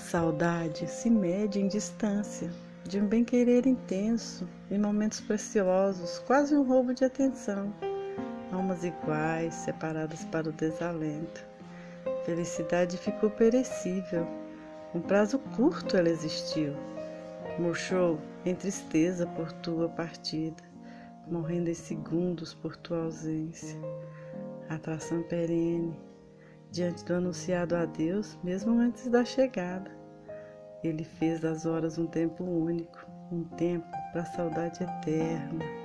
Saudade se mede em distância, de um bem-querer intenso, em momentos preciosos, quase um roubo de atenção. Almas iguais, separadas para o desalento. Felicidade ficou perecível, um prazo curto ela existiu. Murchou em tristeza por tua partida, morrendo em segundos por tua ausência. Atração perene, diante do anunciado adeus, mesmo antes da chegada. Ele fez das horas um tempo único, um tempo para a saudade eterna.